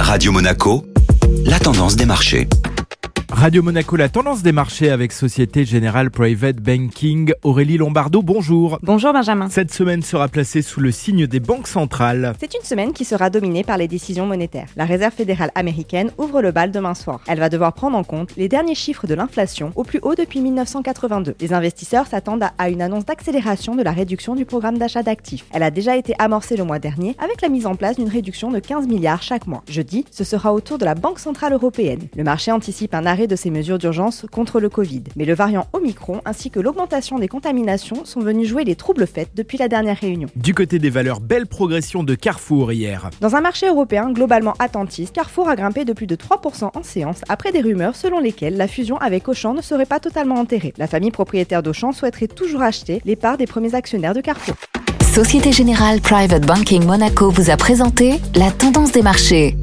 Radio Monaco, la tendance des marchés. Radio Monaco, la tendance des marchés avec Société Générale Private Banking. Aurélie Lombardo, bonjour. Bonjour Benjamin. Cette semaine sera placée sous le signe des banques centrales. C'est une semaine qui sera dominée par les décisions monétaires. La Réserve fédérale américaine ouvre le bal demain soir. Elle va devoir prendre en compte les derniers chiffres de l'inflation au plus haut depuis 1982. Les investisseurs s'attendent à une annonce d'accélération de la réduction du programme d'achat d'actifs. Elle a déjà été amorcée le mois dernier avec la mise en place d'une réduction de 15 milliards chaque mois. Jeudi, ce sera au tour de la Banque centrale européenne. Le marché anticipe un arrêt de ces mesures d'urgence contre le Covid. Mais le variant Omicron ainsi que l'augmentation des contaminations sont venus jouer les troubles faits depuis la dernière réunion. Du côté des valeurs, belle progression de Carrefour hier. Dans un marché européen globalement attentiste, Carrefour a grimpé de plus de 3% en séance après des rumeurs selon lesquelles la fusion avec Auchan ne serait pas totalement enterrée. La famille propriétaire d'Auchan souhaiterait toujours acheter les parts des premiers actionnaires de Carrefour. Société Générale Private Banking Monaco vous a présenté la tendance des marchés.